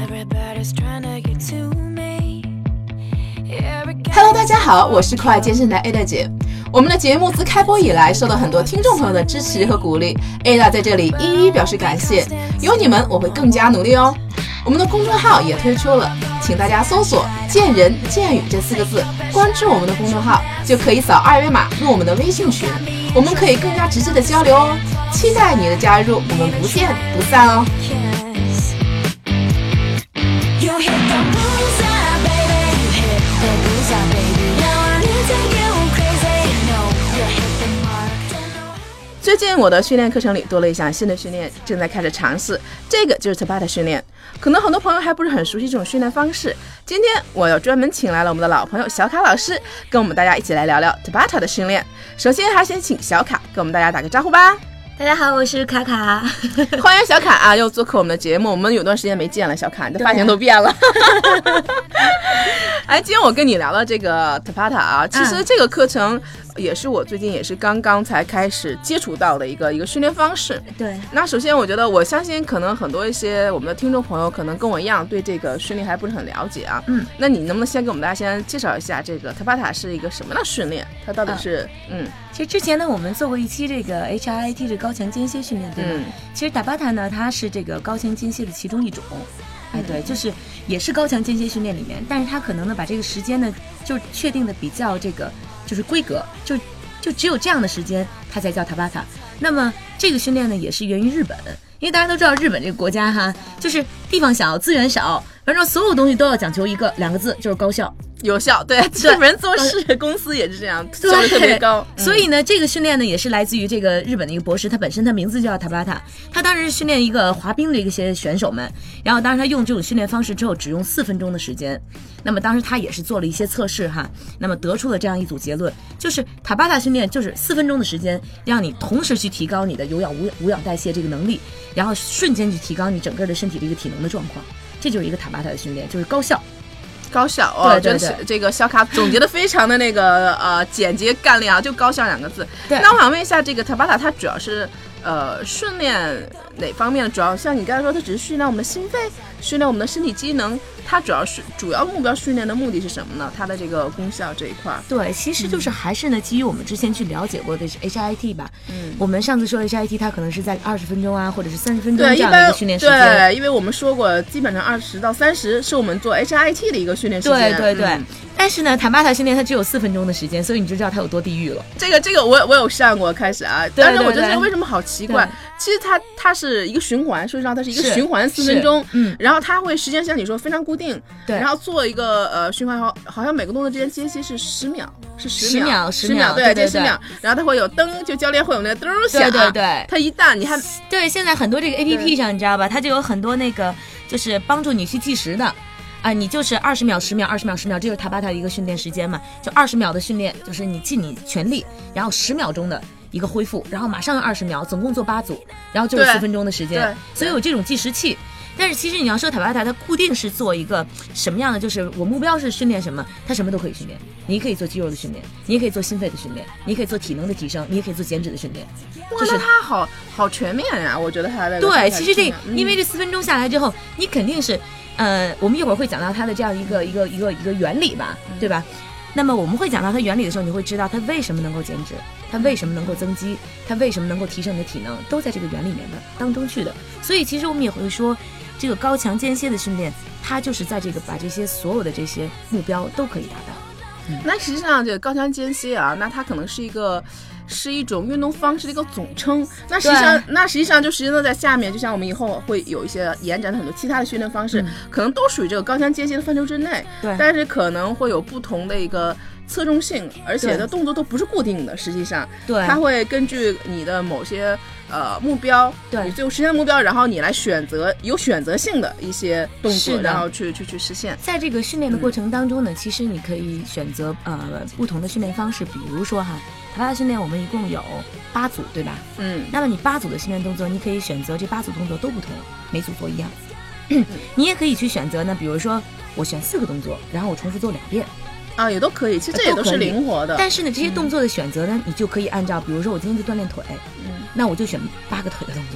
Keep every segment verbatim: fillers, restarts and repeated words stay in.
Hello， 大家好，我是酷爱健身的 Ada 姐。我们的节目自开播以来，受到很多听众朋友的支持和鼓励 ，Ada 在这里一一表示感谢。有你们，我会更加努力哦。我们的公众号也推出了，请大家搜索“见人见语”这四个字，关注我们的公众号，就可以扫二维码入我们的微信群，我们可以更加直接的交流哦。期待你的加入，我们不见不散哦。最近我的训练课程里多了一项新的训练，正在开始尝试，这个就是 Tabata 训练。可能很多朋友还不是很熟悉这种训练方式，今天我又专门请来了我们的老朋友小卡老师，跟我们大家一起来聊聊 Tabata 的训练。首先还先请小卡跟我们大家打个招呼吧。 大家好，我是卡卡， 欢迎小卡啊，又做客我们的节目。我们有段时间没见了，小卡，你的发型都变了。哎，今天我跟你聊聊这个 Tabata 啊，其实这个课程也是我最近也是刚刚才开始接触到的一个一个训练方式。 对， 那首先我觉得我相信可能很多一些我们的听众朋友可能跟我一样对这个训练还不是很了解啊。 嗯， 那你能不能先给我们大家先介绍一下这个 Tabata 是一个什么样的训练？它到底是嗯。 嗯其实之前呢，我们做过一期这个 H I I T 的高强间歇训练，对吧？嗯、其实 Tabata 呢，它是这个高强间歇的其中一种，哎，对，就是也是高强间歇训练里面，但是它可能呢把这个时间呢就确定的比较这个就是规格，就就只有这样的时间，它才叫 Tabata。那么这个训练呢也是源于日本，因为大家都知道日本这个国家哈，就是地方小，资源少，反正所有东西都要讲求一个两个字，就是高效。 有效，对，日本人做事公司也是这样，效率特别高。 嗯、所以呢，这个训练呢也是来自于这个日本的一个博士，他本身他名字就叫 Tabata， 他当时是训练一个滑冰的一些选手们，然后当时他用这种训练方式之后，只用四分钟的时间。那么当时他也是做了一些测试哈，那么得出了这样一组结论，就是 Tabata 训练就是四分钟的时间，让你同时去提高你的有氧无无氧代谢这个能力，然后瞬间去提高你整个的身体的一个体能的状况，这就是一个 Tabata 的训练，就是高效。 高效哦，我觉得这个小卡总结的非常的那个呃简洁干练啊，就高效两个字。 对， 那我想问一下，这个 Tabata 它主要是呃训练哪方面？主要像你刚才说，它只是训练我们的心肺，训练我们的身体机能。它主要是主要目标训练的目的是什么呢？它的这个功效这一块， 对，其实就是还是呢，基于我们之前去了解过的 H I I T 吧。嗯，我们上次说 H I I T 它可能是在二十分钟啊，或者是三十分钟这样的一个训练时间。 对，因为我们说过，基本上二十到三十是我们做 H I I T 的一个训练时间。 对对对。嗯、但是呢 ，Tabata 训练它只有四分钟的时间，所以你就知道它有多地狱了。 这个这个我我有上过开始啊，但是我觉得这个为什么好奇怪？其实它它是一个循环，事实上它是一个循环四分钟，嗯，然后它会时间像你说非常固定， 对， 然后做一个呃循环，好好像每个动作之间间隙是十秒，是十秒， 十秒，对对十秒，然后它会有灯，就教练会有那个灯响， 对对对， 它一旦你看， 对，现在很多这个 A P P 上你知道吧，它就有很多那个就是帮助你去计时的。啊、呃，你就是二十秒、十秒、二十秒、十秒，这就是 Tabata 的一个训练时间嘛。就二十秒的训练，就是你尽你全力，然后十秒钟的一个恢复，然后马上二十秒，总共做八组，然后就是四分钟的时间。所以有这种计时器。但是其实你要说 Tabata 它固定是做一个什么样的，就是我目标是训练什么，它什么都可以训练。你可以做肌肉的训练，你也可以做心肺的训练，你也可以做体能的提升，你也可以做减脂的训练。 就是它好好全面呀、啊，我觉得它的对，其实这、嗯、因为这四分钟下来之后，你肯定是。呃，我们一会儿会讲到它的这样一个一个一个一个原理吧，对吧？那么我们会讲到它原理的时候，你会知道它为什么能够减脂，它为什么能够增肌，它为什么能够提升你的体能，都在这个原理里面的当中去的。所以其实我们也会说，这个高强间歇的训练，它就是在这个把这些所有的这些目标都可以达到。 嗯、那实际上这个高强间歇啊，那它可能是一个。是一种运动方式的一个总称，那实际上，那实际上就实际上在下面，就像我们以后会有一些延展的很多其他的训练方式，嗯、可能都属于这个高强间歇的范畴之内， 对， 但是可能会有不同的一个侧重性，而且的动作都不是固定的，实际上， 对， 它会根据你的某些呃目标， 对， 你最后实现目标，然后你来选择有选择性的一些动作，然后去去去实现。 在这个训练的过程当中呢，嗯、其实你可以选择呃不同的训练方式，比如说哈。Tabata训练我们一共有八组，对吧？ 嗯， 那么你八组的训练动作，你可以选择这八组动作都不同，每组做一样。你也可以去选择呢，比如说我选四个动作，然后我重复做两遍。 啊，也都可以，其实这也都是灵活的。 但是呢，这些动作的选择呢，嗯、你就可以按照，比如说我今天就锻炼腿，嗯，那我就选八个腿的动作。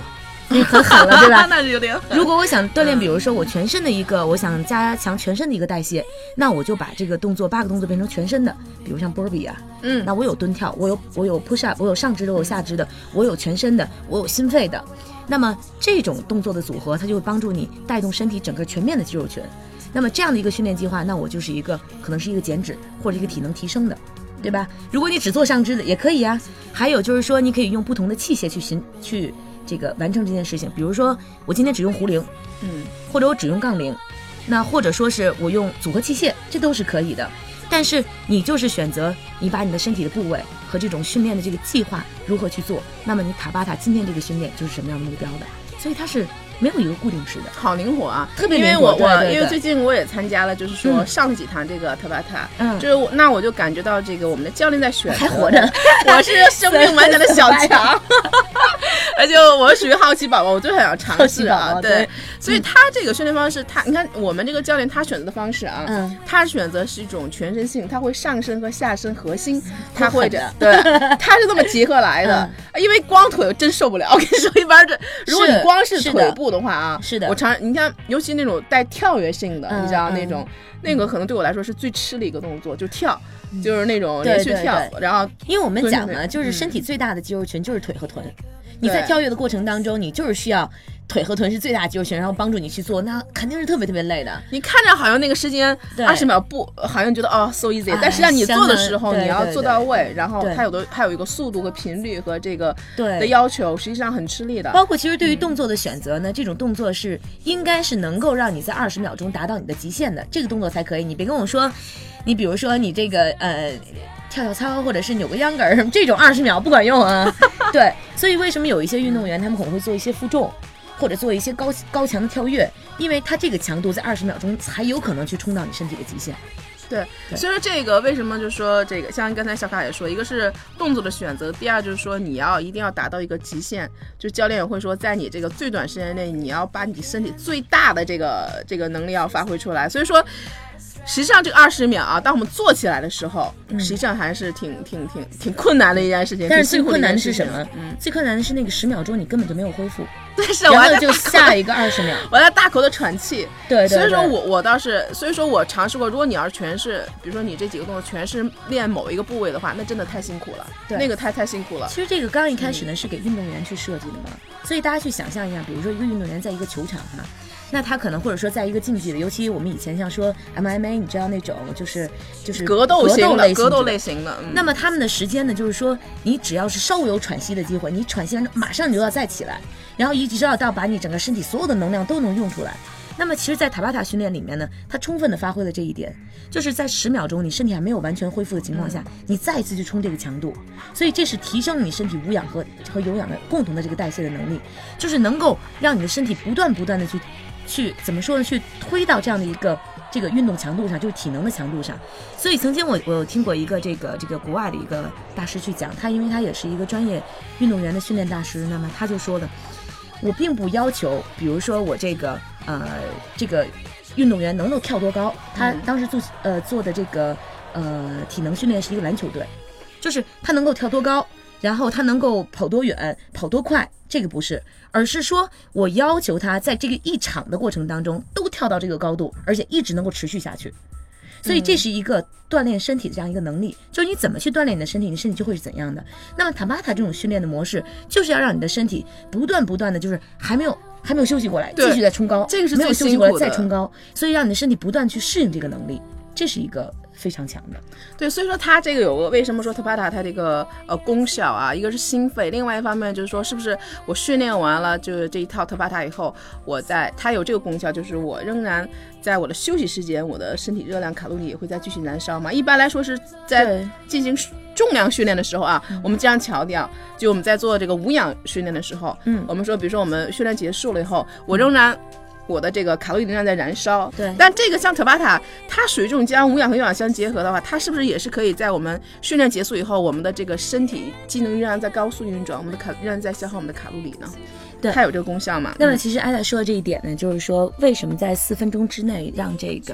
那很狠了，对吧？ 那是有点狠。 如果我想锻炼，比如说我全身的一个，我想加强全身的一个代谢，那我就把这个动作八个动作变成全身的，比如像波比啊， 嗯， 那我有蹲跳，我有我有 push up， 我有上肢的，我有下肢的，我有全身的，我有心肺的。那么这种动作的组合，它就会帮助你带动身体整个全面的肌肉群。那么这样的一个训练计划，那我就是一个可能是一个减脂或者一个体能提升的，对吧？如果你只做上肢的也可以啊。还有就是说，你可以用不同的器械去行去这个完成这件事情。比如说，我今天只用壶铃， 嗯， 或者我只用杠铃，那或者说是我用组合器械，这都是可以的。但是你就是选择你把你的身体的部位和这种训练的这个计划如何去做，那么你塔巴塔今天这个训练就是什么样的目标的，所以它是没有一个固定式的， 好灵活啊， 特别灵活。 因为我我对对对因为最近我也参加了，就是说嗯上几堂这个塔巴塔， 嗯就是我那我就感觉到这个我们的教练在选还活着， 我是生命满点的小强，而且我属于好奇宝宝，我就很想尝试啊，对， 对所以他这个训练方式，他你看我们这个教练他选择的方式啊， 嗯， 他选择是一种全身性，他会上身和下身核心，他会这狠的对，他是这么结合来的，因为光腿我真受不了，我跟你说，一般这如果你光是腿部的话啊， 是的， 我常你看，尤其那种带跳跃性的， 嗯你知道那种。那个可能对我来说是最吃的一个动作，就跳，就是那种连续跳， 对对对然后因为我们讲呢，就是身体最大的肌肉群就是腿和臀。你在跳跃的过程当中，你就是需要腿和臀是最大的肌肉群，然后帮助你去做，那肯定是特别特别累的。 你看着好像那个时间二十秒不，好像觉得哦 so easy，、哎、但实际上你做的时候你要做到位，然后它有的它有一个速度和频率和这个的要求，实际上很吃力的。 包括其实对于动作的选择呢，嗯、这种动作是应该是能够让你在二十秒钟达到你的极限的，这个动作才可以。你别跟我说，你比如说你这个呃。跳跳操或者是扭个秧歌儿什么这种二十秒不管用啊，对，所以为什么有一些运动员他们可能会做一些负重，或者做一些高高强的跳跃，因为他这个强度在二十秒钟才有可能去冲到你身体的极限。 对，所以说这个为什么就是说这个，像刚才小卡也说，一个是动作的选择，第二就是说你要一定要达到一个极限，就教练也会说，在你这个最短时间内，你要把你身体最大的这个这个能力要发挥出来，所以说。实际上这个二十秒啊，当我们做起来的时候，嗯、实际上还是挺挺挺挺困难的一件事情。 但是最困难的是什么？ 嗯， 最困难的是那个十秒钟你根本就没有恢复， 但是然后就下一个二十秒， 我在大口的喘气。 对, 对, 对， 所以说我我倒是，所以说我尝试过，如果你要是全是，比如说你这几个动作全是练某一个部位的话，那真的太辛苦了，对，那个太太辛苦了。 其实这个刚一开始呢、嗯、是给运动员去设计的嘛，所以大家去想象一下，比如说一个运动员在一个球场哈。那他可能或者说在一个竞技的，尤其我们以前像说 M M A， 你知道那种就是就是格斗型的格斗类型的、 嗯。那么他们的时间呢，就是说你只要是稍微有喘息的机会，你喘息完马上你就要再起来，然后一直要到把你整个身体所有的能量都能用出来。那么其实，在塔巴塔训练里面呢，它充分的发挥了这一点，就是在十秒钟你身体还没有完全恢复的情况下，你再一次去冲这个强度，所以这是提升你身体无氧和和有氧的共同的这个代谢的能力，就是能够让你的身体不断不断的去。去怎么说呢？去推到这样的一个这个运动强度上，就是体能的强度上。所以曾经我我有听过一个这个这个国外的一个大师去讲，他因为他也是一个专业运动员的训练大师，那么他就说了，我并不要求，比如说我这个呃这个运动员能够跳多高，他当时做呃做的这个呃体能训练是一个篮球队，就是他能够跳多高。然后他能够跑多远跑多快，这个不是，而是说我要求他在这个一场的过程当中都跳到这个高度，而且一直能够持续下去。所以这是一个锻炼身体的这样一个能力，就是你怎么去锻炼你的身体，你身体就会是怎样的。那么塔巴塔这种训练的模式就是要让你的身体不断不断的就是还没有还没有休息过来，继续再冲高， 这个是没有休息过来再冲高，所以让你的身体不断去适应这个能力，这是一个非常强的。 对，所以说它这个有个为什么说塔巴塔它这个呃功效啊，一个是心肺，另外一方面就是说是不是我训练完了就是这一套塔巴塔以后，我在它有这个功效，就是我仍然在我的休息时间，我的身体热量卡路里也会再继续燃烧嘛。一般来说是在进行重量训练的时候啊，我们经常强调，就我们在做这个无氧训练的时候，嗯，我们说比如说我们训练结束了以后，我仍然我的这个卡路里能量在燃烧， 对。 但这个像塔巴塔，它属于这种将无氧和有氧相结合的话，它是不是也是可以在我们训练结束以后，我们的这个身体机能仍然在高速运转，我们的卡仍然在消耗我们的卡路里呢？对，它有这个功效嘛？ 那么其实艾达说的这一点呢，就是说为什么在四分钟之内让这个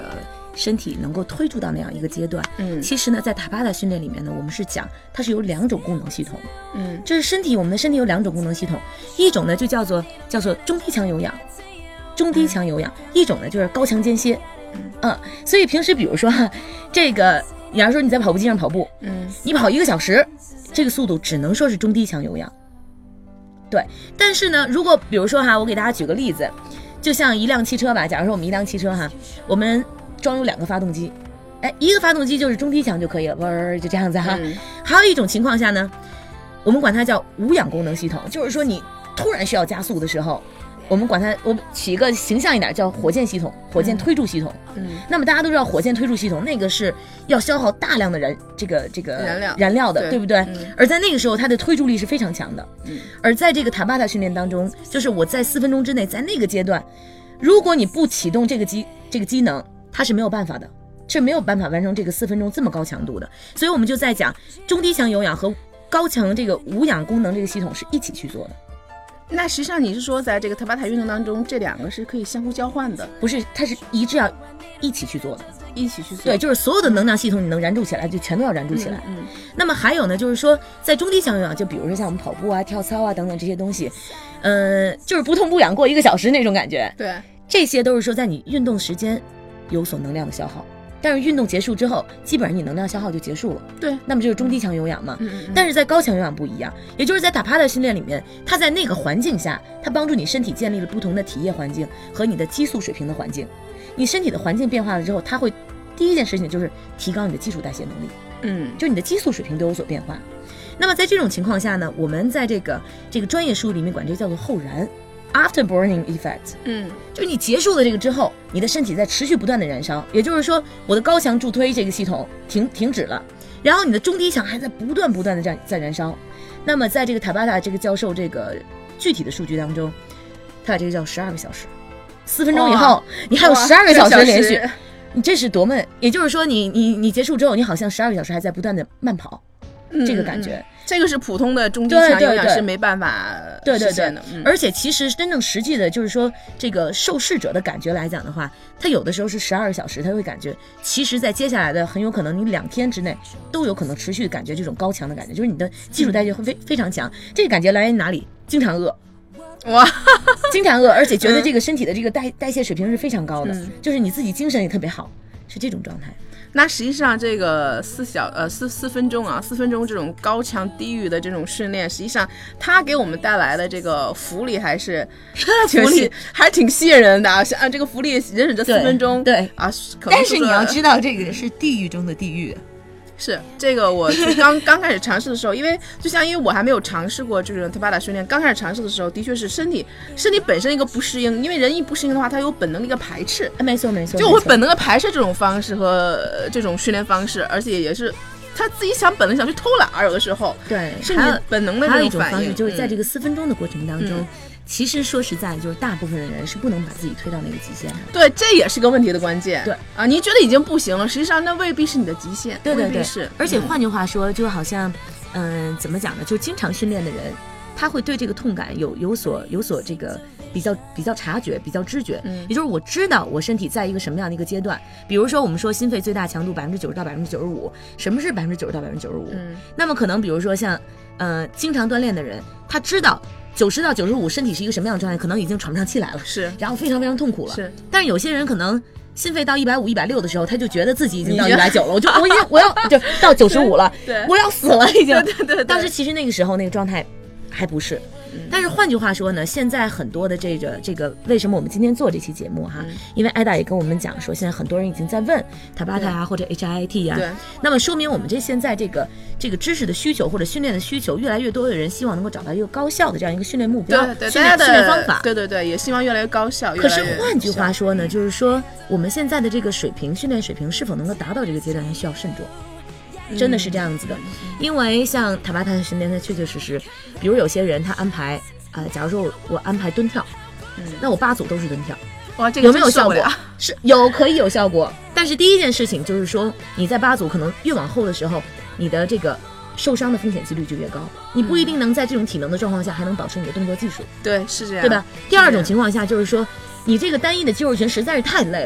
身体能够推出到那样一个阶段。 嗯， 其实呢，在塔巴塔训练里面呢，我们是讲它是有两种功能系统。 嗯， 这是身体，我们的身体有两种功能系统，一种呢就叫做叫做中低强有氧，中低强有氧，嗯、一种呢就是高强间歇。嗯，所以平时比如说哈，这个假如说你在跑步机上跑步， 嗯， 你跑一个小时，这个速度只能说是中低强有氧。对，但是呢，如果比如说哈，我给大家举个例子，就像一辆汽车吧，假如说我们一辆汽车哈，我们装有两个发动机，哎，一个发动机就是中低强就可以了，啵就这样子哈。嗯、还有一种情况下呢，我们管它叫无氧功能系统，就是说你突然需要加速的时候，我们管它，我们起一个形象一点叫火箭系统，火箭推助系统。嗯，那么大家都知道火箭推助系统那个是要消耗大量的燃这个这个燃料燃料的， 对, 对不对、嗯？而在那个时候，它的推助力是非常强的。 嗯， 而在这个塔巴塔训练当中，就是我在四分钟之内，在那个阶段，如果你不启动这个机这个机能，它是没有办法的，是没有办法完成这个四分钟这么高强度的。所以我们就在讲中低强有氧和高强这个无氧功能这个系统是一起去做的。 那实际上你是说，在这个塔巴塔运动当中，这两个是可以相互交换的？ 不是，它是一致要一起去做的， 一起去做。 对，就是所有的能量系统你能燃注起来，就全都要燃注起来。 嗯。嗯那么还有呢，就是说在中低强有氧，就比如说像我们跑步啊、跳操啊等等这些东西，呃，就是不痛不痒过一个小时那种感觉。 对， 这些都是说在你运动时间有所能量的消耗。但是运动结束之后，基本上你能量消耗就结束了。 对， 那么就是中低强有氧嘛。 嗯嗯嗯。 但是在高强有氧不一样，也就是在塔帕的训练里面，它在那个环境下，它帮助你身体建立了不同的体液环境和你的激素水平的环境。你身体的环境变化了之后，它会第一件事情就是提高你的基础代谢能力。 嗯， 就你的激素水平都有所变化。那么在这种情况下呢，我们在这个这个专业术语里面管这叫做后燃。After burning effect， 嗯， 就是你结束了这个之后，你的身体在持续不断的燃烧，也就是说，我的高强助推这个系统停停止了，然后你的中低强还在不断不断的在在燃烧。那么在这个塔巴塔这个教授这个具体的数据当中，他把这个叫十二个小时，四分钟以后你还有十二个小时连续，你这是多么？也就是说你，你你你结束之后，你好像十二个小时还在不断的慢跑， 嗯、 这个感觉。 嗯这个是普通的中低强有氧是没办法实现的。 对对对、嗯、而且其实真正实际的就是说这个受试者的感觉来讲的话，他有的时候是十二个小时，他会感觉其实在接下来的很有可能你两天之内都有可能持续感觉这种高强的感觉，就是你的基础代谢会非非常强。这个感觉来源于哪里？经常饿。 哇， 经常饿，而且觉得这个身体的这个代代谢水平是非常高的、 嗯、 就是你自己精神也特别好，是这种状态。 那实际上这个四小呃四四分钟啊，四分钟这种高强低域的这种训练，实际上它给我们带来的这个福利还是福利还挺吸引人的啊！像这个福利，忍忍这四分钟， 对, 对啊， 但是你要知道，这个是地狱中的地狱。 是这个，我刚刚开始尝试的时候，因为就像因为我还没有尝试过这种塔巴塔训练，刚开始尝试的时候，的确是身体身体本身一个不适应，因为人一不适应的话，它有本能的一个排斥。 没错没错， 就我本能的排斥这种方式和这种训练方式，而且也是他自己想本能想去偷懒，有的时候对， 是你本能的这种反应。 还有一种方式，就是在这个四分钟的过程当中。 嗯其实说实在，就是大部分的人是不能把自己推到那个极限的。 对，这也是个问题的关键。 对啊，你觉得已经不行了，实际上那未必是你的极限。 对对对， 未必是。 而且换句话说，就好像，嗯、呃，怎么讲呢？就经常训练的人，他会对这个痛感有有所有所这个比较比较察觉，比较知觉。 嗯， 也就是我知道我身体在一个什么样的一个阶段。比如说，我们说心肺最大强度百分之九十到百分之九十五，什么是百分之九十到百分之九十五？ 嗯， 那么可能比如说像，呃，经常锻炼的人，他知道。九十到九十五，身体是一个什么样的状态？可能已经喘不上气来了， 是， 然后非常非常痛苦了。 是， 但是有些人可能心肺到一百五、一百六的时候，他就觉得自己已经到一百九了，我就我已经我要就到九十五了， 对， 我要死了已经。 对对 对, 对。 但是其实那个时候那个状态还不是。但是换句话说呢，现在很多的这个这个，为什么我们今天做这期节目哈？嗯、因为艾达也跟我们讲说，现在很多人已经在问塔巴塔啊或者 H I I T 啊， 对， 那么说明我们这现在这个这个知识的需求或者训练的需求，越来越多的人希望能够找到一个高效的这样一个训练目标， 对对， 训练训练方法， 对对对，也希望越来越高效。 可是换句话说呢，就是说我们现在的这个水平，训练水平是否能够达到这个阶段，还需要慎重。真的是这样子的，因为像塔巴塔的训练，它确确实实，比如有些人他安排，呃，假如说我我安排蹲跳，嗯，那我八组都是蹲跳， 哇，这个有没有效果？是有，可以有效果。但是第一件事情就是说，你在八组可能越往后的时候，你的这个受伤的风险几率就越高，你不一定能在这种体能的状况下还能保持你的动作技术。 对，是这样， 对吧？第二种情况下就是说，你这个单一的肌肉群实在是太累了。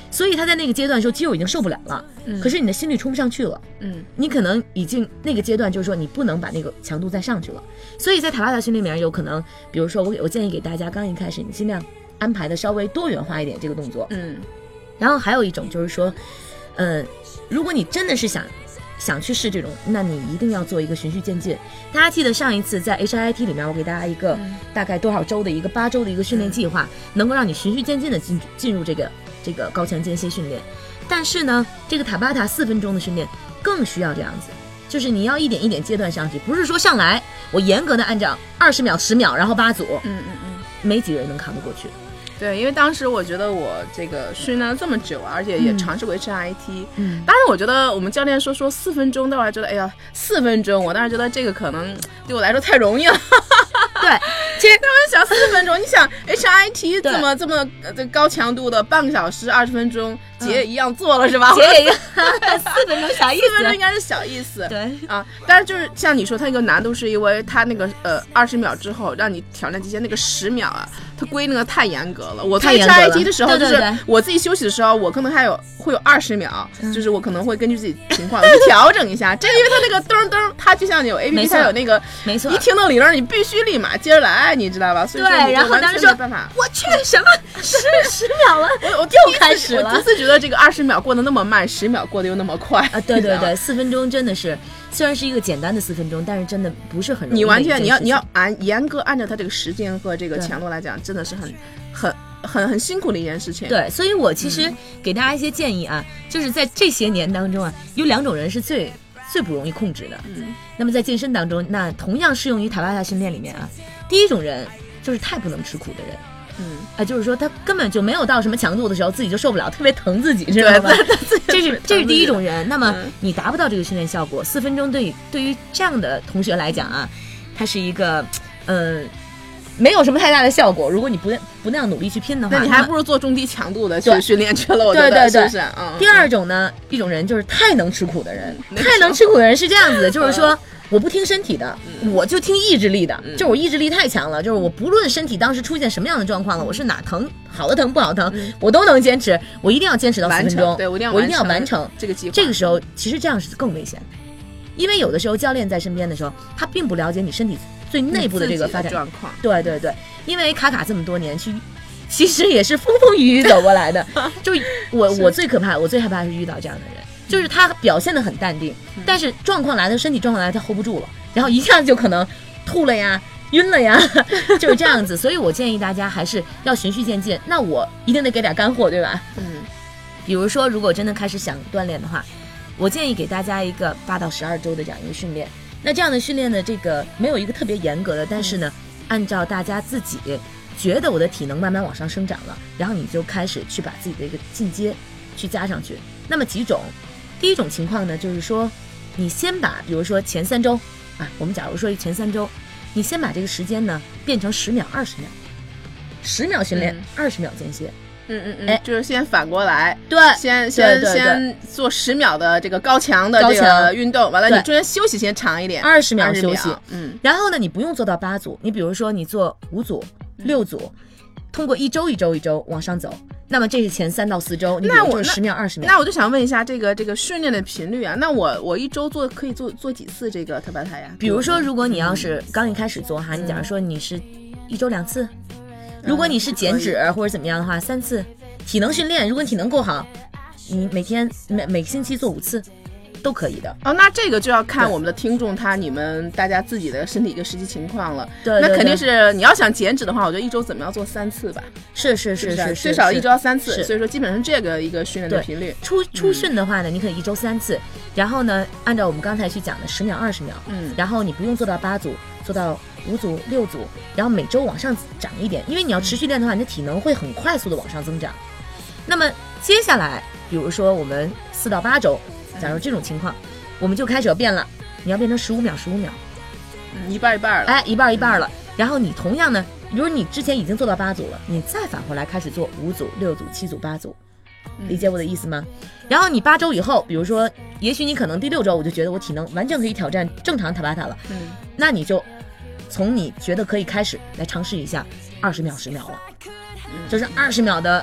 所以他在那个阶段的时候肌肉已经受不了了， 嗯、 可是你的心率冲不上去了， 嗯， 你可能已经那个阶段就是说你不能把那个强度再上去了，所以在塔巴塔训练里面有可能，比如说我我建议给大家刚一开始你尽量安排的稍微多元化一点这个动作， 嗯， 然后还有一种就是说，呃，如果你真的是想想去试这种，那你一定要做一个循序渐进。大家记得上一次在 H I I T 里面，我给大家一个、嗯、大概多少周的一个八周的一个训练计划，嗯、能够让你循序渐进的进进入这个这个高强间歇训练。但是呢，这个塔巴塔四分钟的训练更需要这样子，就是你要一点一点阶段上去，不是说上来我严格的按照二十秒、十秒，然后八组， 嗯嗯嗯， 没几个人能扛得过去。 对，因为当时我觉得我这个训练了这么久，而且也尝试过 H I I T。 嗯， 当然我觉得我们教练说说四分钟，但我还觉得，哎呀，四分钟，我当时觉得这个可能对我来说太容易了。 对，其实他们想四分钟，你想 H I I T 这么这么这高强度的半个小时二十分钟，姐也一样做了、嗯、是吧？ 姐也一样，四分钟小意思， 四分钟应该是小意思。 对啊，但是就是像你说，它那个难度是因为它那个呃二十秒之后让你挑战极限那个十秒啊，它规定的太严格了。我做 H I I T 的时候，就是我自己休息的时候，我可能还有会有二十秒、嗯，就是我可能会根据自己情况去调整一下。这个因为它那个噔噔，它就像有 A P P， 它有那个， 没错， 一听到铃儿你必须立马接着来，你知道吧？所以说对，然后当时说，我去什么十十秒了， 我我又开始了。 我第一次觉得这个二十秒过得那么慢，十秒过得又那么快啊！对对对，四分钟真的是，虽然是一个简单的四分钟，但是真的不是很容易。 你完全你要你要按严格按照它这个时间和这个强度来讲，真的是很很很很辛苦的一件事情。 对，所以我其实给大家一些建议啊，嗯、就是在这些年当中啊，有两种人是最最不容易控制的。 嗯， 那么在健身当中，那同样适用于塔巴塔训练里面啊，第一种人就是太不能吃苦的人。 嗯， 啊，就是说他根本就没有到什么强度的时候，自己就受不了，特别疼自己，知道吧？这是这是第一种人。那么你达不到这个训练效果，四分钟对于对于这样的同学来讲啊，它是一个嗯、呃、没有什么太大的效果。如果你不不那样努力去拼的话， 那你还不如做中低强度的去训练去了。我觉得对对对， 是不是？嗯。 第二种呢，一种人就是太能吃苦的人，太能吃苦的人是这样子的，就是说。我不听身体的， 嗯、 我就听意志力的、嗯，就是我意志力太强了，就是我不论身体当时出现什么样的状况了，我是哪疼，好的疼不好疼、嗯，我都能坚持，我一定要坚持到四分钟， 对，我一定要我一定要完成这个计划。 这个时候其实这样是更危险的，因为有的时候教练在身边的时候，他并不了解你身体最内部的这个发展状况。 对对对，因为卡卡这么多年去，其实也是风风雨雨走过来的，就我我最可怕，我最害怕是遇到这样的人。就是他表现得很淡定，但是状况来的身体状况来他 hold 不住了，然后一下子就可能吐了呀晕了呀，就是这样子。所以我建议大家还是要循序渐进，那我一定得给点干货，对吧？ 嗯， 比如说如果真的开始想锻炼的话，我建议给大家一个八到十二周的这样一个训练。那这样的训练呢，这个没有一个特别严格的，但是呢、嗯、按照大家自己觉得我的体能慢慢往上生长了，然后你就开始去把自己的一个进阶去加上去。那么几种，第一种情况呢，就是说你先把比如说前三周啊，我们假如说前三周，你先把这个时间呢变成十秒二十秒，十秒训练，二十、嗯、秒间歇。 嗯嗯嗯，就是先反过来， 对， 先先先做十秒的这个高强的这个运动，完了你中间休息先长一点， 二十秒休息， 嗯， 然后呢，你不用做到八组，你比如说你做五组、六组，通过一周一周一周往上走，那么这是前三到四周，你比如就是十秒、二十秒。 那我就想问一下，这个这个训练的频率啊，那我我一周做可以做做几次这个塔巴塔呀？ 比如说，如果你要是刚一开始做哈，你假如说你是一周两次。如果你是减脂或者怎么样的话，三次体能训练，如果你体能够好，你每天每每个星期做五次都可以的。 哦，那这个就要看我们的听众他你们大家自己的身体一个实际情况了。 对对对， 那肯定是你要想减脂的话，我觉得一周怎么样做三次吧。 是是是是, 是, 是最少一周要三次，所以说基本上这个一个训练的频率。 初初训的话呢、嗯，你可以一周三次，然后呢，按照我们刚才去讲的十秒、二十秒， 嗯， 然后你不用做到八组，做到五组、六组，然后每周往上涨一点，因为你要持续练的话，你的体能会很快速的往上增长。那么接下来，比如说我们四到八周，假如这种情况，嗯、我们就开始要变了，你要变成十五秒、十五秒， 嗯，一半一半了， 哎，一半一半了。然后你同样呢，比如你之前已经做到八组了，你再返回来开始做五组、六组、七组、八组，理解我的意思吗？嗯、然后你八周以后，比如说，也许你可能第六周我就觉得我体能完全可以挑战正常塔巴塔了， 嗯， 那你就从你觉得可以开始来尝试一下二十秒、十秒了，嗯、就是二十秒的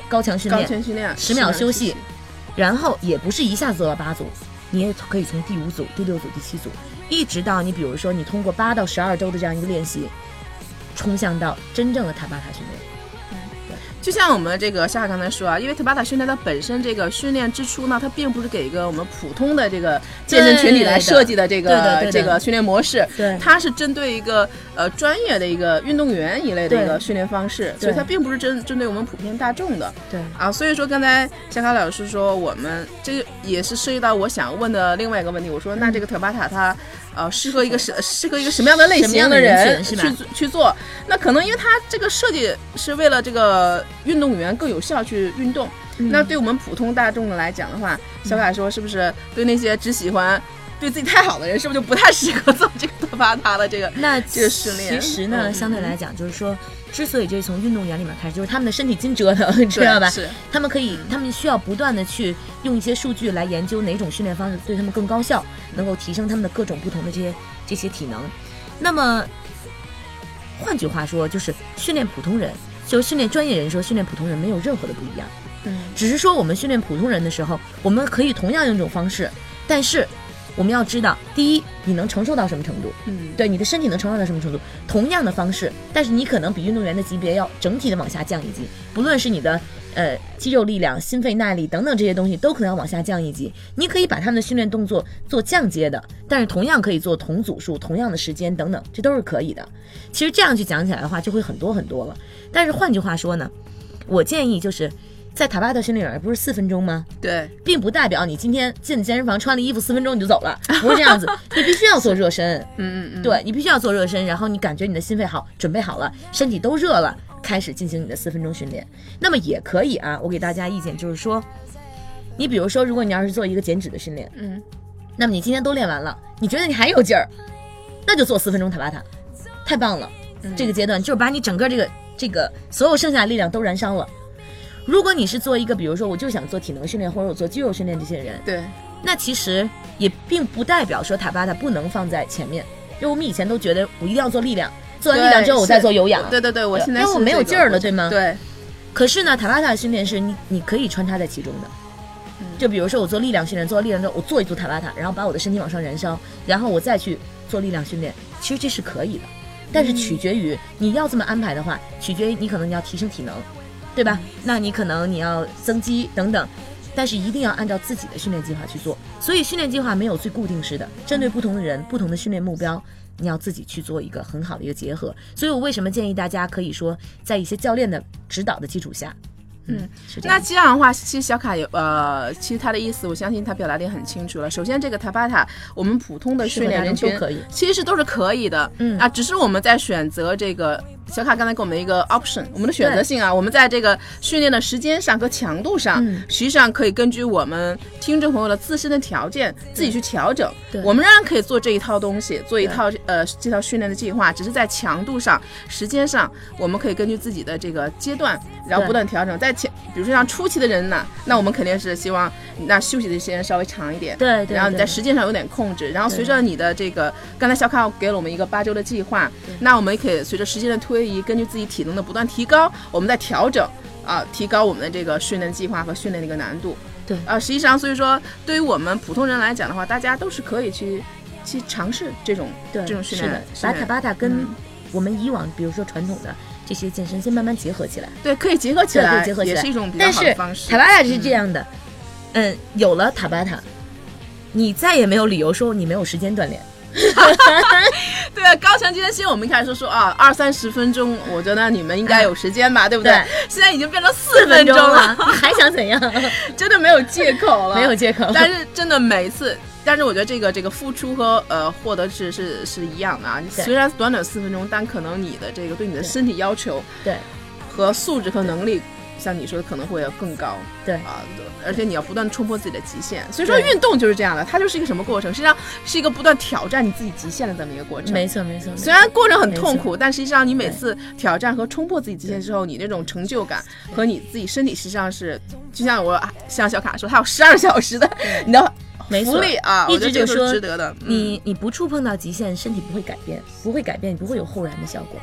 高强训练， 高强训练， 十秒休息，然后也不是一下子做到八组，你也可以从第五组、第六组、第七组，一直到你比如说你通过八到十二周的这样一个练习，冲向到真正的塔巴塔训练。 就像我们这个夏夏刚才说啊，因为塔巴塔训练它本身这个训练之初呢，它并不是给一个我们普通的这个健身群体来设计的这个这个训练模式， 对， 它是针对一个呃专业的一个运动员一类的一个训练方式，所以它并不是针针对我们普遍大众的， 对啊，所以说刚才夏卡老师说我们这个也是涉及到我想问的另外一个问题，我说那这个塔巴塔它呃适合一个适适合一个什么样的类型的人去去做？那可能因为它这个设计是为了这个运动员更有效去运动，嗯、那对我们普通大众来讲的话，小凯说是不是对那些只喜欢对自己太好的人，是不是就不太适合做这个塔巴塔的这个那这个训练？ 其实呢，嗯、相对来讲，就是说，之所以这是从运动员里面开始，就是他们的身体筋折腾，知道吧？ 是， 他们可以，他们需要不断的去用一些数据来研究哪种训练方式对他们更高效，能够提升他们的各种不同的这些这些体能。那么，换句话说，就是训练普通人。就是训练专业人说，训练普通人没有任何的不一样，嗯，只是说我们训练普通人的时候，我们可以同样用这种方式，但是我们要知道，第一，你能承受到什么程度，嗯，对，你的身体能承受到什么程度，同样的方式，但是你可能比运动员的级别要整体的往下降一级，不论是你的呃肌肉力量、心肺耐力等等这些东西，都可能要往下降一级。你可以把他们的训练动作做降阶的，但是同样可以做同组数、同样的时间等等，这都是可以的。其实这样去讲起来的话，就会很多很多了。但是换句话说呢，我建议就是在塔巴塔训练营不是四分钟吗？ 对， 并不代表你今天进健身房穿了衣服四分钟你就走了，不是这样子。你必须要做热身，嗯嗯嗯，对，你必须要做热身，然后你感觉你的心肺好，准备好了，身体都热了，开始进行你的四分钟训练。那么也可以啊，我给大家意见就是说，你比如说，如果你要是做一个减脂的训练，嗯，那么你今天都练完了，你觉得你还有劲儿，那就做四分钟塔巴塔，太棒了。嗯、这个阶段就是把你整个这个这个所有剩下的力量都燃烧了。如果你是做一个，比如说我就想做体能训练，或者我做肌肉训练这些人， 对， 那其实也并不代表说塔巴塔不能放在前面，因为我们以前都觉得我一定要做力量，做完力量之后我再做有氧， 对对对，我现在因为我没有劲儿了，对吗？ 对。 可是呢，塔巴塔的训练是你你可以穿插在其中的，就比如说我做力量训练，做完力量之后我做一组塔巴塔，然后把我的身体往上燃烧，然后我再去做力量训练，其实这是可以的。但是取决于你要这么安排的话，取决于你可能你要提升体能，对吧？那你可能你要增肌等等，但是一定要按照自己的训练计划去做。所以训练计划没有最固定式的，针对不同的人、不同的训练目标，你要自己去做一个很好的一个结合。所以我为什么建议大家可以说，在一些教练的指导的基础下。 嗯，那这样的话，其实小卡有呃，其实他的意思，我相信他表达的也很清楚了。首先，这个塔巴塔，我们普通的训练人群都可以， 其实都是可以的。嗯啊，只是我们在选择这个小卡刚才给我们的一个 option， 我们的选择性啊，我们在这个训练的时间上和强度上，嗯、实际上可以根据我们听众朋友的自身的条件自己去调整。我们仍然可以做这一套东西，做一套呃这套训练的计划，只是在强度上、时间上，我们可以根据自己的这个阶段，然后不断调整。在前，比如说像初期的人呢，那我们肯定是希望那休息的时间稍微长一点， 对 对, 对， 然后你在时间上有点控制，然后随着你的这个，刚才小卡给了我们一个八周的计划，那我们也可以随着时间的推移，根据自己体能的不断提高，我们再调整啊，提高我们的这个训练计划和训练的一个难度。 对啊，实际上所以说，对于我们普通人来讲的话，大家都是可以去去尝试这种这种训练的， 把塔巴塔跟我们以往、嗯、比如说传统的这些健身先慢慢结合起来。 对，可以结合起来， 结合起来也是一种比较好的方式。 但是塔巴塔是这样的，嗯，嗯有了塔巴塔，你再也没有理由说你没有时间锻炼。 对啊，高强健身我们一开始说说啊，二三十分钟，我觉得你们应该有时间吧，对不对？ 对， 现在已经变成四分钟了， 你还想怎样？ 真的没有借口了， 没有借口。 但是真的每一次，但是我觉得这个这个付出和呃获得是是是一样的啊。虽然短短四分钟，但可能你的这个对你的身体要求， 对， 和素质和能力。像你说的可能会更高， 对啊，而且你要不断冲破自己的极限，所以说运动就是这样的，它就是一个什么过程？实际上是一个不断挑战你自己极限的这么一个过程。 没错没错， 虽然过程很痛苦，但实际上你每次挑战和冲破自己极限之后，你那种成就感和你自己身体实际上是，就像我像小卡说，还有十二小时的你的福利啊， 一直就说值得的。 你你不触碰到极限，身体不会改变，不会改变，你不会有后燃的效果。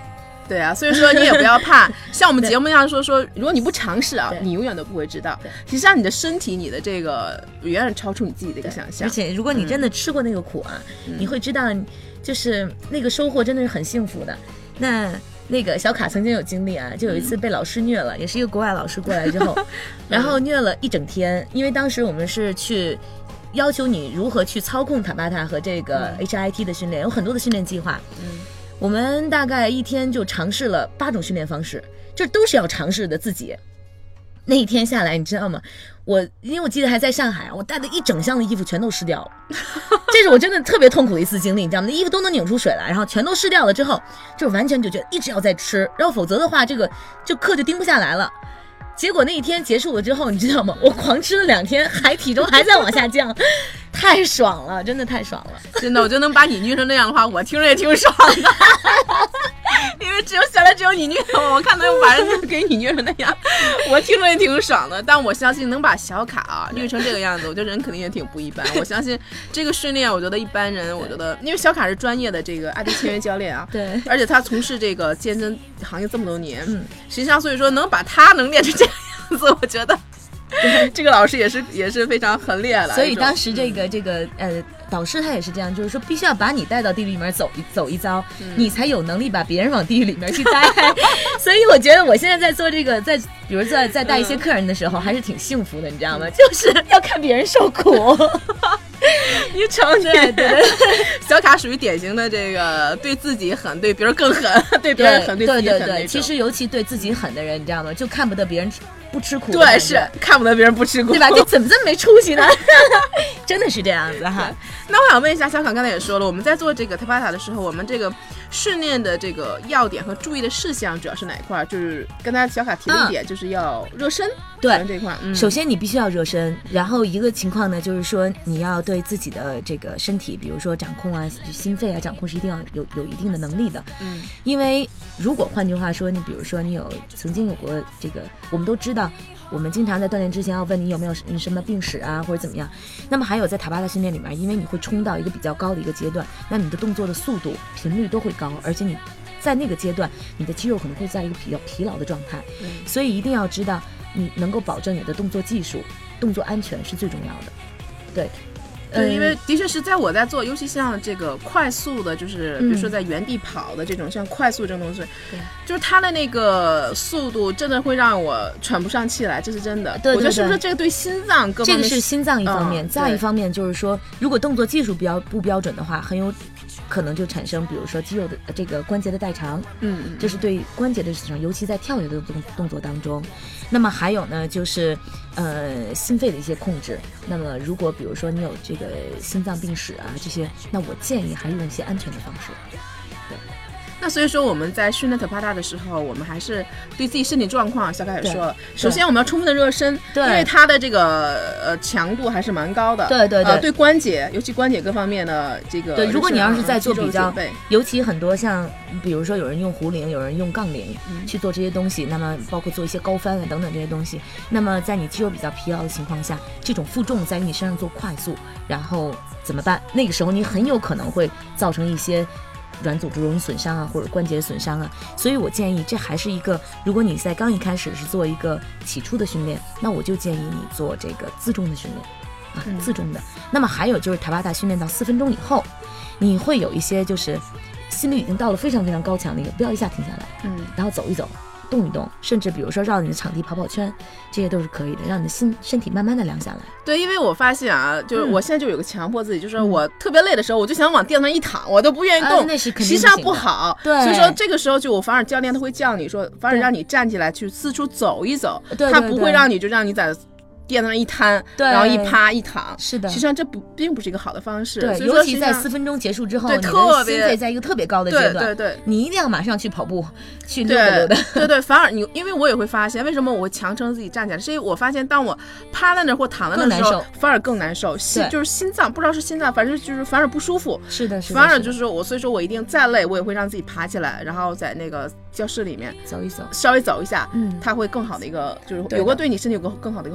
对啊，所以说你也不要怕，像我们节目那样说说，如果你不尝试啊，你永远都不会知道。实际上你的身体，你的这个远远超出你自己的一个想象。 而且如果你真的吃过那个苦啊，嗯、你会知道，就是那个收获真的是很幸福的。那那个小卡曾经有经历啊，就有一次被老师虐了，嗯、也是一个国外老师过来之后，然后虐了一整天，因为当时我们是去要求你如何去操控塔巴塔和这个 H I T 的训练，有很多的训练计划。嗯，我们大概一天就尝试了八种训练方式，这都是要尝试的自己。那一天下来，你知道吗？我因为我记得还在上海，我带的一整箱的衣服全都湿掉了，这是我真的特别痛苦的一次经历，你知道吗？那衣服都能拧出水来，然后全都湿掉了之后，就完全就觉得一直要再吃，然后否则的话，这个就课就盯不下来了。结果那一天结束了之后，你知道吗？我狂吃了两天，还体重还在往下降，太爽了，真的太爽了！ 真的，我就能把你虐成那样的话，我听着也挺爽的。因为只有想来只有你虐我，我看到我把人给你虐成那样，我听着也挺爽的。但我相信能把小卡啊虐成这个样子，我觉得人肯定也挺不一般。我相信这个训练，我觉得一般人，我觉得因为小卡是专业的这个阿迪签约教练啊， 对， 而且他从事这个健身行业这么多年，嗯，实际上所以说能把他能练成这个样子，我觉得这个老师也是也是非常很厉害了。 所以当时这个这个呃。导师他也是这样，就是说必须要把你带到地狱里面走一走一遭，嗯、你才有能力把别人往地狱里面去带。所以我觉得我现在在做这个，在比如在在带一些客人的时候，嗯、还是挺幸福的，你知道吗？就是要看别人受苦。 你成对对，小卡属于典型的这个对自己狠，对别人更狠，对别人狠，对自己狠那种。 对对对，其实尤其对自己狠的人，你知道吗？就看不得别人不吃苦。 对，是看不得别人不吃苦， 对吧？你怎么这么没出息呢？真的是这样子哈。 那我想问一下，小卡刚才也说了，我们在做这个塔巴塔的时候，我们这个训练的这个要点和注意的事项主要是哪一块？就是跟他小卡提了一点，嗯、就是要热身。 对这块、嗯， 首先你必须要热身，然后一个情况呢，就是说你要对自己的这个身体，比如说掌控啊、心肺啊，掌控是一定要有有一定的能力的。嗯，因为如果换句话说，你比如说你有曾经有过这个，我们都知道。我们经常在锻炼之前要问你有没有什么病史啊，或者怎么样。那么还有在塔巴塔训练里面，因为你会冲到一个比较高的一个阶段，那你的动作的速度、频率都会高，而且你在那个阶段，你的肌肉可能会在一个比较疲劳的状态，嗯、所以一定要知道你能够保证你的动作技术、动作安全是最重要的。对。 对，因为的确是在我在做，尤其像这个快速的，就是比如说在原地跑的这种，嗯、像快速这种东西，就是它的那个速度真的会让我喘不上气来，这是真的。 对对对， 我觉得是不是这个对心脏各方面， 这个是心脏一方面，嗯、再一方面就是说，如果动作技术标不标准的话，很有可能就产生，比如说肌肉的这个关节的代偿，嗯，这是对关节的损伤，尤其在跳跃的动动作当中。那么还有呢，就是呃心肺的一些控制。那么如果比如说你有这个心脏病史啊这些，那我建议还是用一些安全的方式。对。 那所以说我们在训练塔巴塔的时候，我们还是对自己身体状况，小卡也说了，首先我们要充分的热身，对，因为它的这个呃强度还是蛮高的， 对对对， 呃、对关节，尤其关节各方面的这个， 对，如果你要是在做比较，尤其很多像比如说有人用壶铃，有人用杠铃、嗯、去做这些东西，那么包括做一些高翻啊等等这些东西，那么在你肌肉比较疲劳的情况下，这种负重在你身上做快速，然后怎么办？那个时候你很有可能会造成一些软组织容易损伤啊，或者关节损伤啊，所以我建议这还是一个，如果你在刚一开始是做一个起初的训练，那我就建议你做这个自重的训练啊，嗯、自重的。那么还有就是塔巴塔训练到四分钟以后，你会有一些就是心率已经到了非常非常高强的一个，不要一下停下来，嗯，然后走一走。动一动，甚至比如说绕你的场地跑跑圈，这些都是可以的，让你的心身体慢慢的凉下来。 对，因为我发现啊，就是我现在就有个强迫自己，嗯、就是我特别累的时候，我就想往垫子上一躺，我都不愿意动， 啊、那是肯定实际上不好。 对， 所以说这个时候就我反而教练他会叫你说，反而让你站起来去四处走一走， 对， 他不会让你就让你在垫子上一摊，然后一趴一躺， 是的， 实际上这不并不是一个好的方式。 对， 所以尤其在四分钟结束之后， 对， 你的特别心肺在一个特别高的阶段， 对对对， 你一定要马上去跑步，去溜达溜达。 对对，反而你，因为我也会发现，为什么我会强撑自己站起来，是因为我发现当我趴在那或躺在那的时候，反而更难受，心就是心脏不知道是心脏，反正就是反而不舒服。 是的，是的。 反而就是我，所以说我一定再累，我也会让自己爬起来，然后在那个教室里面走一走， 稍微走一下，嗯，它会更好的一个，就是有个对你身体有个更好的一个缓冲。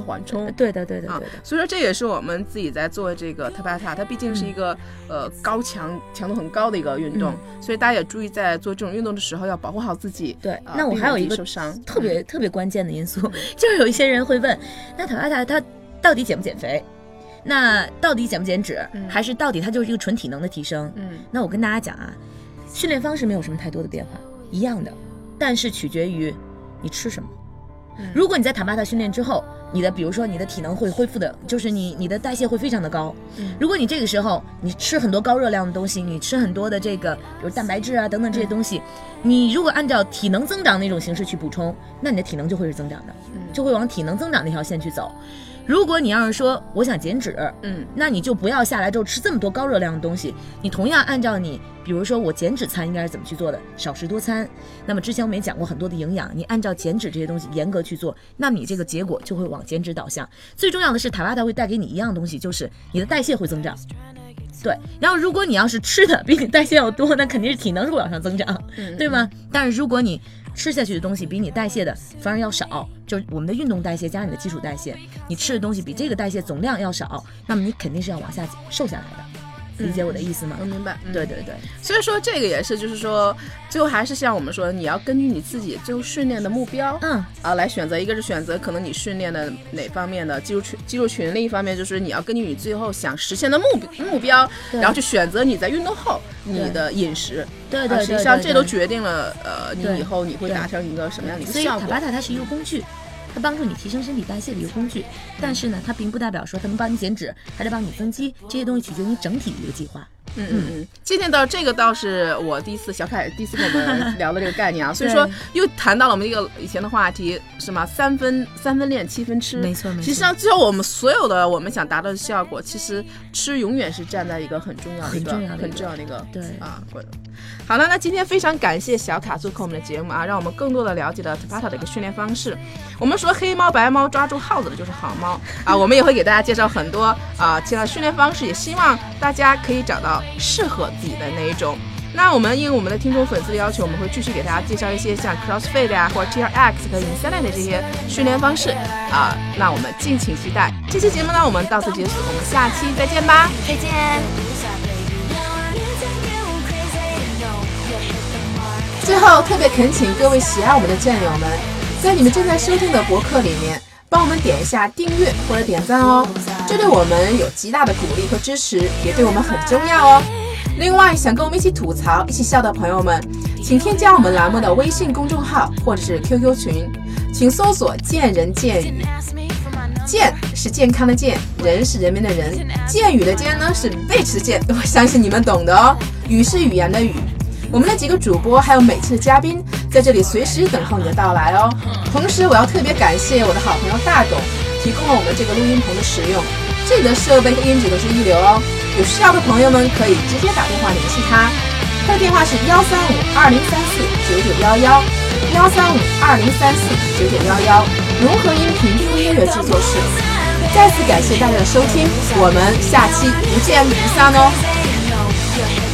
松。 对的对的对的、啊、 所以说这也是我们自己在做这个塔巴塔，它毕竟是一个、嗯、呃高强强度很高的一个运动、嗯、所以大家也注意在做这种运动的时候要保护好自己。 对、 呃、 那我还有一个受伤特别、 嗯、 特别关键的因素，就是有一些人会问，那塔巴塔它到底减不减肥，那到底减不减脂、嗯、还是到底它就是一个纯体能的提升。嗯，那我跟大家讲啊，训练方式没有什么太多的变化，一样的，但是取决于你吃什么。如果你在塔巴塔训练之后，你的比如说你的体能会恢复的，就是你你的代谢会非常的高。如果你这个时候你吃很多高热量的东西，你吃很多的这个比如蛋白质啊等等这些东西，你如果按照体能增长那种形式去补充，那你的体能就会是增长的，就会往体能增长那条线去走。如果你要是说我想减脂，嗯，那你就不要下来之后吃这么多高热量的东西，你同样按照你比如说我减脂餐应该是怎么去做的，少食多餐。那么之前我们也讲过很多的营养，你按照减脂这些东西严格去做，那么你这个结果就会往减脂导向。最重要的是塔巴塔会带给你一样东西，就是你的代谢会增长。对，然后如果你要是吃的比你代谢要多，那肯定是体能是会往上增长，嗯、对吗？但是如果你吃下去的东西比你代谢的反而要少，就是我们的运动代谢加你的基础代谢，你吃的东西比这个代谢总量要少，那么你肯定是要往下瘦下来的。理解我的意思吗？ 我、嗯、明白、嗯。 对对对， 所以说这个也是，就是说，最后还是像我们说，你要根据你自己最后训练的目标，嗯啊，来选择。一个是选择可能你训练的哪方面的肌肉群肌肉群，另一方面就是你要根据你最后想实现的目目标，然后去选择你在运动后你的饮食。 对对 对, 对, 对, 对, 对、啊， 实际上这都决定了呃你以后你会达成一个什么样的一个效果。 所以塔巴塔它是一个工具。它帮助你提升身体代谢的一个工具，但是呢，它并不代表说它能帮你减脂，还得帮你增肌，这些东西取决于你整体的一个计划。 嗯嗯嗯，今天到这个倒是我第一次，小凯第一次跟我们聊的这个概念啊，所以说又谈到了我们一个以前的话题，什么三分三分练七分吃， 没错没错。 实际上最后我们所有的我们想达到的效果，其实吃永远是站在一个很重要的一个很重要的很重要的一个对啊。好了，那今天非常感谢小卡做客我们的节目啊，让我们更多的了解了 Tabata 的一个训练方式。我们说黑猫白猫抓住耗子的就是好猫啊，我们也会给大家介绍很多啊其他的训练方式，也希望大家可以找到适合自己的那一种。那我们因为我们的听众粉丝的要求，我们会继续给大家介绍一些像 CrossFit 啊或者 T R X 和 Insanity 的这些训练方式啊，那我们敬请期待。这期节目呢我们到此结束，我们下期再见吧， 再见。 最后特别恳请各位喜爱我们的战友们，在你们正在收听的博客里面帮我们点一下订阅或者点赞哦，这对我们有极大的鼓励和支持，也对我们很重要哦。另外想跟我们一起吐槽一起笑的朋友们，请添加我们栏目的微信公众号或者是 Q Q 群，请搜索健人健语，健是健康的健，人是人民的人，健语的健呢是 bitch 的健，我相信你们懂的哦，语是语言的语。我们的几个主播还有每期的嘉宾在这里随时等候你的到来哦。同时我要特别感谢我的好朋友大董提供了我们这个录音棚的使用，这里的设备和音质都是一流哦，有需要的朋友们可以直接打电话联系他，他的电话是幺三五二零三四九九幺幺幺三五二零三四九九幺幺，融合音频和音乐制作室。再次感谢大家的收听，我们下期不见不散哦。